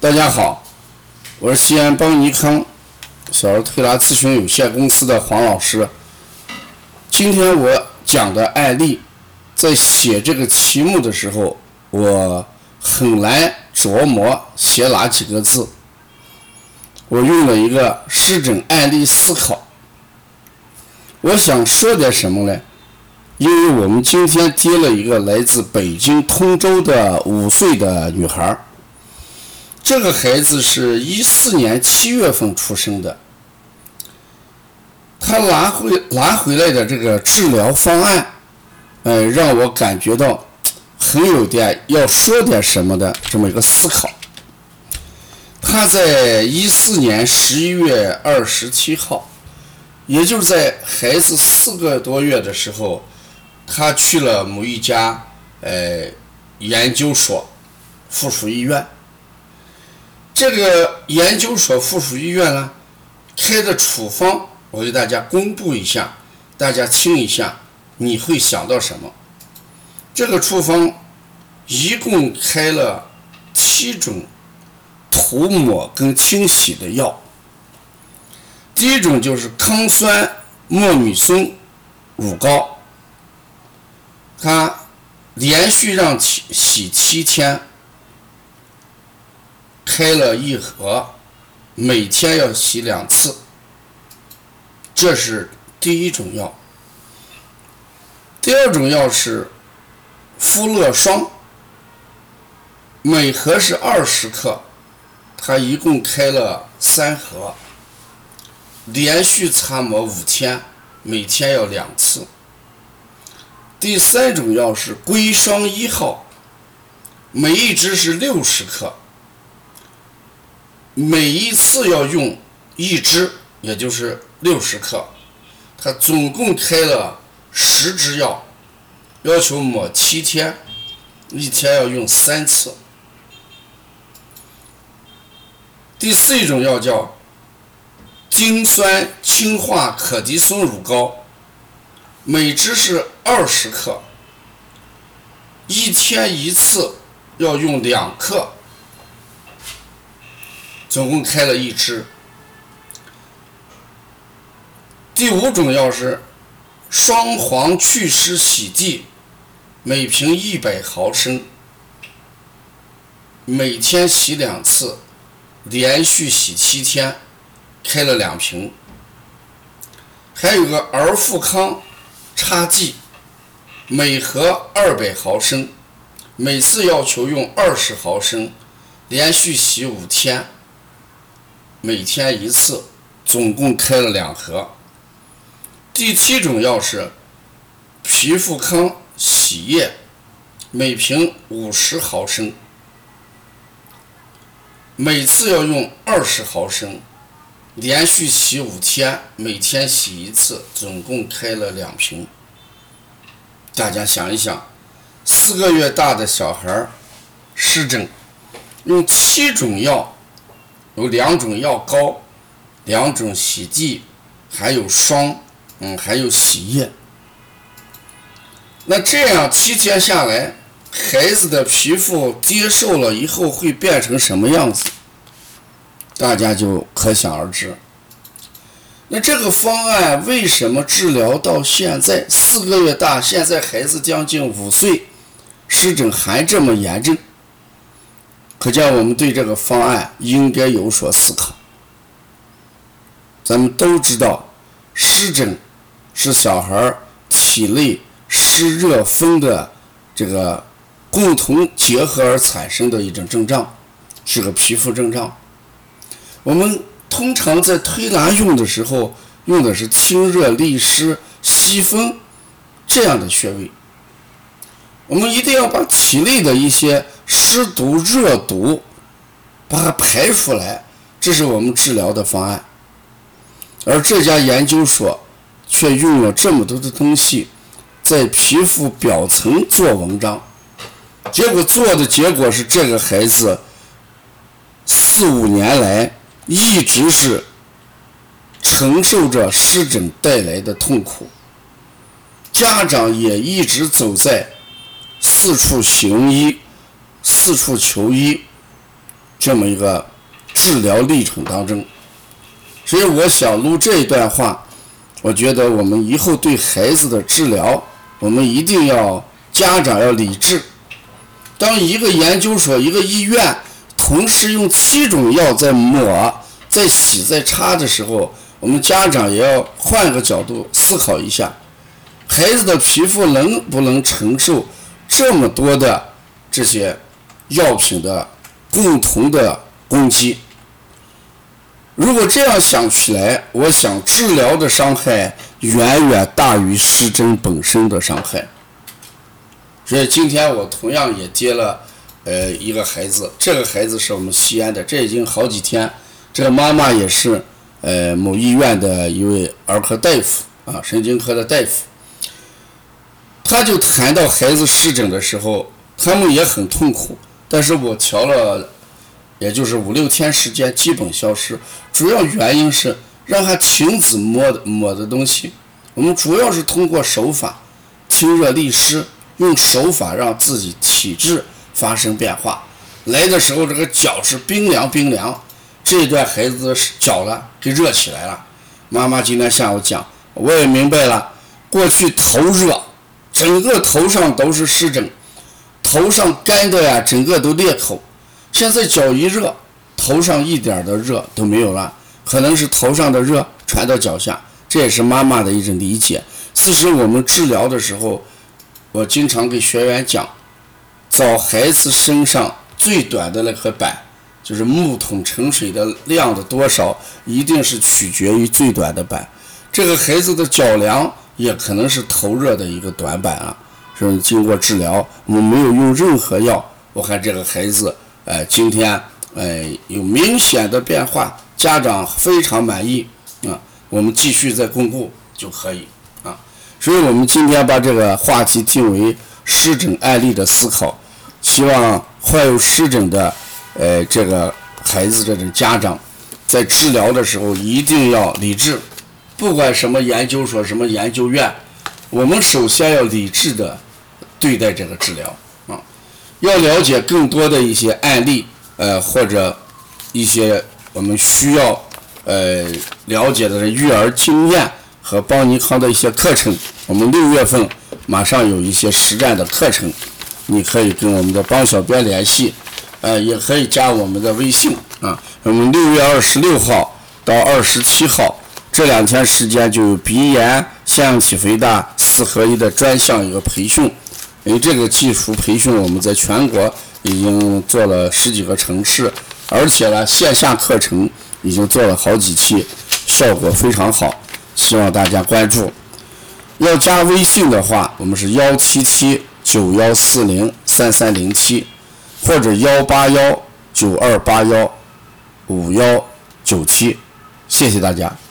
大家好，我是西安邦尼康小儿推拿咨询有限公司的黄老师。今天我讲的案例，在写这个题目的时候，我很难琢磨写哪几个字，我用了一个湿疹案例思考。我想说点什么呢？因为我们今天接了一个来自北京通州的5岁的女孩，这个孩子是14年7月份出生的。他拿回来的这个治疗方案，让我感觉到很有点要说点什么的这么一个思考。他在14年11月27号，也就是在孩子4个多月的时候，他去了某一家研究所附属医院。这个研究所附属医院呢，开的处方我给大家公布一下，大家听一下，你会想到什么？这个处方一共开了7种涂抹跟清洗的药。第一种就是康酸莫米松乳膏，它连续让洗7天，开了1盒，每天要洗2次，这是第一种药。第二种药是肤乐霜，每盒是20克，它一共开了3盒，连续擦抹5天，每天要2次。第三种药是硅霜1号，每一支是60克，每一次要用1支，也就是60克，它总共开了10支药，要求抹7天，一天要用3次。第4种药叫精酸氢化可的松乳膏，每支是20克，一天1次，要用2克，总共开了1支。第5种药是双黄祛湿洗剂，每瓶100毫升，每天洗2次，连续洗7天，开了2瓶。还有个儿富康擦剂，每盒200毫升，每次要求用20毫升，连续洗5天，每天1次，总共开了2盒。第7种药是皮肤康洗液，每瓶50毫升，每次要用20毫升，连续洗5天，每天洗1次，总共开了2瓶。大家想一想，4个月大的小孩湿疹，用7种药，有2种药膏，2种洗剂，还有霜，还有洗液。那这样7天下来，孩子的皮肤接受了以后会变成什么样子？大家就可想而知。那这个方案为什么治疗到现在4个月大，现在孩子将近5岁，湿疹还这么严重？可见我们对这个方案应该有所思考。咱们都知道，湿疹是小孩体内湿热风的这个共同结合而产生的一种症状，是个皮肤症状。我们通常在推拿用的时候，用的是清热利湿息风这样的穴位。我们一定要把体内的一些湿毒热毒把它排出来，这是我们治疗的方案。而这家研究所却用了这么多的东西在皮肤表层做文章，结果是这个孩子4、5年来一直是承受着湿疹带来的痛苦，家长也一直走在4处行医、4处求医， 这么一个治疗历程当中。所以我想录这一段话，我觉得我们以后对孩子的治疗，我们一定要家长要理智。当一个研究所、一个医院同时用7种药在抹、在洗、在擦的时候，我们家长也要换个角度思考一下，孩子的皮肤能不能承受这么多的这些药品的共同的攻击？如果这样想起来，我想治疗的伤害远远大于施针本身的伤害。所以今天我同样也接了一个孩子，这个孩子是我们西安的，这已经好几天，这个妈妈也是某医院的一位儿科大夫啊，神经科的大夫。他就谈到孩子湿疹的时候，他们也很痛苦，但是我调了也就是5、6天时间基本消失，主要原因是让他停止抹的东西。我们主要是通过手法清热利湿，用手法让自己体质发生变化。来的时候这个脚是冰凉，这一段孩子的脚了给热起来了。妈妈今天下午讲，我也明白了，过去头热，整个头上都是湿疹，头上干的呀，整个都裂口。现在脚一热，头上一点的热都没有了，可能是头上的热传到脚下，这也是妈妈的一种理解。其实我们治疗的时候，我经常给学员讲，找孩子身上最短的那颗板，就是木桶盛水的量的多少，一定是取决于最短的板。这个孩子的脚凉也可能是头热的一个短板啊。所以经过治疗，我们没有用任何药，我看这个孩子今天有明显的变化，家长非常满意啊，我们继续再巩固就可以啊。所以我们今天把这个话题定为湿疹案例的思考，希望患有湿疹的这个孩子这种家长在治疗的时候一定要理智，不管什么研究所、什么研究院，我们首先要理智的对待这个治疗啊。要了解更多的一些案例，或者一些我们需要了解的育儿经验和邦尼康的一些课程。我们6月份马上有一些实战的课程，你可以跟我们的邦小编联系，也可以加我们的微信啊。我们6月26号到27号这2天时间就有鼻炎、腺样体肥大4合1的专项一个培训。因为这个技术培训我们在全国已经做了10几个城市，而且呢线下课程已经做了好几期，效果非常好，希望大家关注。要加微信的话，我们是17791403307或者18192815197，谢谢大家。